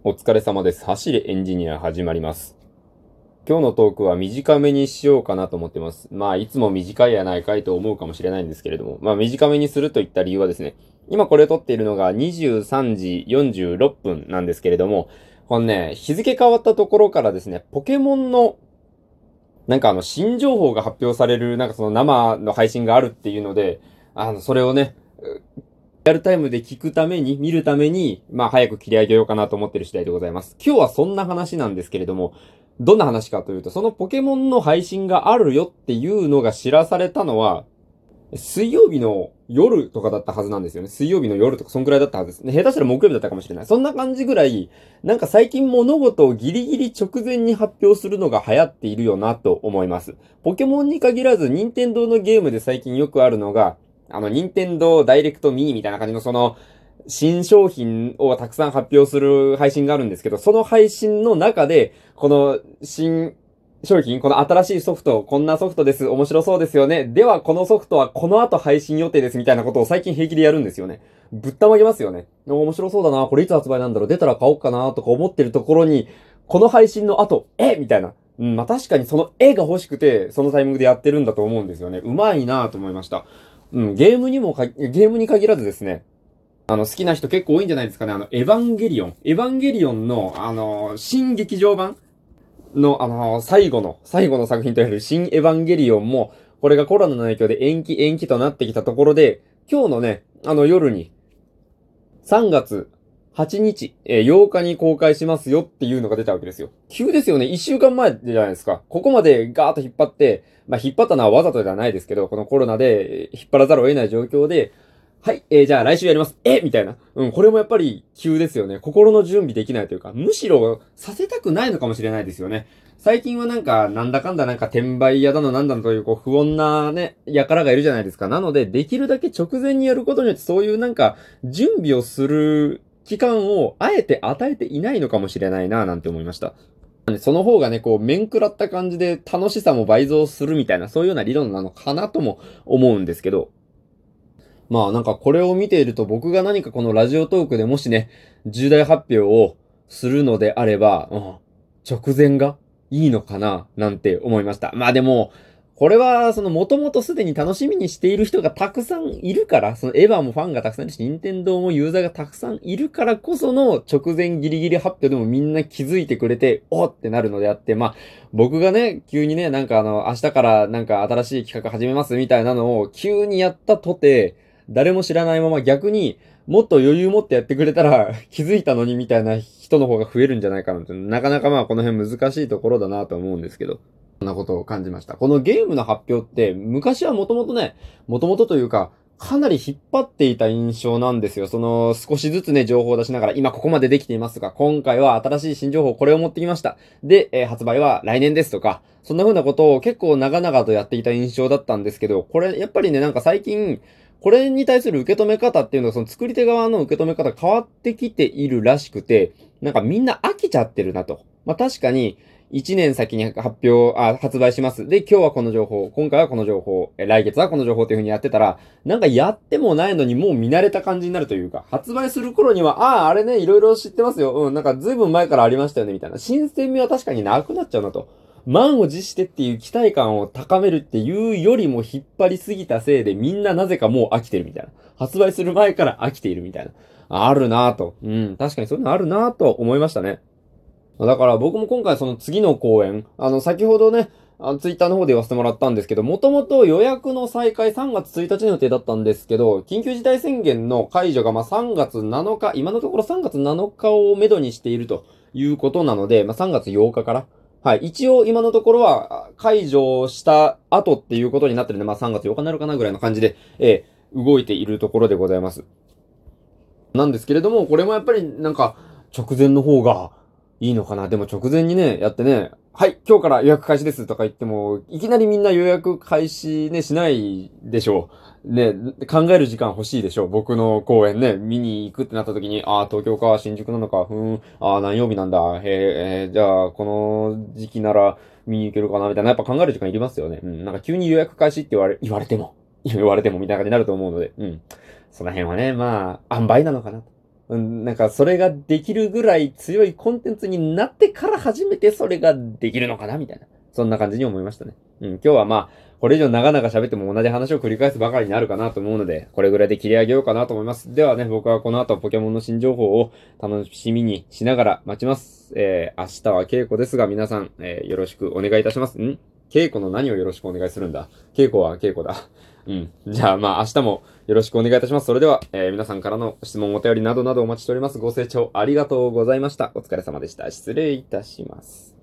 お疲れ様です。走れエンジニア始まります。今日のトークは短めにしようかなと思ってます。まあ、いつも短いやないかいと思うかもしれないんですけれども、まあ、短めにするといった理由はですね、今これ撮っているのが23時46分なんですけれども、このね、日付変わったところからですね、ポケモンの新情報が発表される、その生の配信があるっていうので、それをね、リアルタイムで聞くために、見るために、まあ早く切り上げようかなと思ってる次第でございます。今日はそんな話なんですけれども、どんな話かというと、そのポケモンの配信があるよっていうのが知らされたのは、水曜日の夜とかだったはずなんですよね。水曜日の夜とかそんくらいだったはずです。下手したら木曜日だったかもしれない。そんな感じぐらい、最近物事をギリギリ直前に発表するのが流行っているよなと思います。ポケモンに限らず、任天堂のゲームで最近よくあるのが、任天堂ダイレクトミーみたいな感じの新商品をたくさん発表する配信があるんですけど、その配信の中で、この新商品、この新しいソフト、こんなソフトです、面白そうですよね。では、このソフトはこの後配信予定です、みたいなことを最近平気でやるんですよね。ぶったまげますよね。面白そうだな、これいつ発売なんだろう、出たら買おうかな、とか思ってるところに、この配信の後、みたいな。まあ確かにそのが欲しくて、そのタイミングでやってるんだと思うんですよね。うまいなと思いました。ゲームに限らずですね、好きな人結構多いんじゃないですかね。エヴァンゲリオン。エヴァンゲリオンの、新劇場版の、最後の作品といわれる新エヴァンゲリオンも、これがコロナの影響で延期となってきたところで、今日のね、夜に、3月8日、8日に公開しますよっていうのが出たわけですよ。急ですよね。1週間前じゃないですか。ここまでガーッと引っ張って、まあ、引っ張ったのはわざとではないですけど、このコロナで引っ張らざるを得ない状況で、はい、じゃあ来週やります。みたいな。これもやっぱり急ですよね。心の準備できないというか、むしろさせたくないのかもしれないですよね。最近はなんだかんだ転売屋だのなんだのという不穏なね、輩がいるじゃないですか。なので、できるだけ直前にやることによってそういう準備をする期間をあえて与えていないのかもしれないな、なんて思いました。その方がね、面食らった感じで楽しさも倍増するみたいな、そういうような理論なのかなとも思うんですけど、まあこれを見ていると僕が何かこのラジオトークでもしね、重大発表をするのであれば、直前がいいのかななんて思いました。まあでも、これはもともとすでに楽しみにしている人がたくさんいるから、そのエヴァもファンがたくさんいるし、任天堂もユーザーがたくさんいるからこその直前ギリギリ発表でもみんな気づいてくれて、おーってなるのであって、まあ僕がね、急にね、明日から新しい企画始めますみたいなのを急にやったとて、誰も知らないまま逆にもっと余裕持ってやってくれたら気づいたのにみたいな人の方が増えるんじゃないかなって、なかなかまあこの辺難しいところだなと思うんですけど、そんなことを感じました。このゲームの発表って昔はもともとね、もともとというか、かなり引っ張っていた印象なんですよ。少しずつね、情報を出しながら、今ここまでできていますが、今回は新しい新情報これを持ってきました。で、発売は来年ですとか、そんな風なことを結構長々とやっていた印象だったんですけど、これ、やっぱりね、最近、これに対する受け止め方っていうのは、その作り手側の受け止め方変わってきているらしくて、みんな飽きちゃってるなと。まあ確かに、1年先に発売します。で、今日はこの情報、今回はこの情報、来月はこの情報っていう風にやってたら、やってもないのにもう見慣れた感じになるというか、発売する頃には、あれね、いろいろ知ってますよ。ずいぶん前からありましたよね、みたいな。新鮮味は確かになくなっちゃうなと。満を持してっていう期待感を高めるっていうよりも引っ張りすぎたせいでみんななぜかもう飽きてるみたいな。発売する前から飽きているみたいな。あるなぁと。確かにそういうのあるなぁと思いましたね。だから僕も今回その次の公演、先ほどね、ツイッターの方で言わせてもらったんですけど、もともと予約の再開3月1日の予定だったんですけど、緊急事態宣言の解除が3月7日、今のところ3月7日をめどにしているということなので、3月8日からはい。一応今のところは解除した後っていうことになってるんで、3月8日になるかなぐらいの感じで、動いているところでございます。なんですけれども、これもやっぱり直前の方がいいのかな。でも直前にね、やってね、はい、今日から予約開始ですとか言っても、いきなりみんな予約開始ね、しないでしょう。ね、考える時間欲しいでしょう。僕の公演ね、見に行くってなった時に、東京か、新宿なのか、何曜日なんだ、じゃあ、この時期なら見に行けるかな、みたいな、やっぱ考える時間いりますよね。急に予約開始って言われてもみたいな感じになると思うので、その辺はね、塩梅なのかな。 なんかそれができるぐらい強いコンテンツになってから初めてそれができるのかなみたいな。そんな感じに思いましたね。今日はまあ、これ以上長々喋っても同じ話を繰り返すばかりになるかなと思うので、これぐらいで切り上げようかなと思います。ではね、僕はこの後ポケモンの新情報を楽しみにしながら待ちます。明日は稽古ですが皆さん、よろしくお願いいたします。稽古の何をよろしくお願いするんだ？稽古は稽古だ。じゃあまあ明日もよろしくお願いいたします。それでは、皆さんからの質問お便りなどなどお待ちしております。ご清聴ありがとうございました。お疲れ様でした。失礼いたします。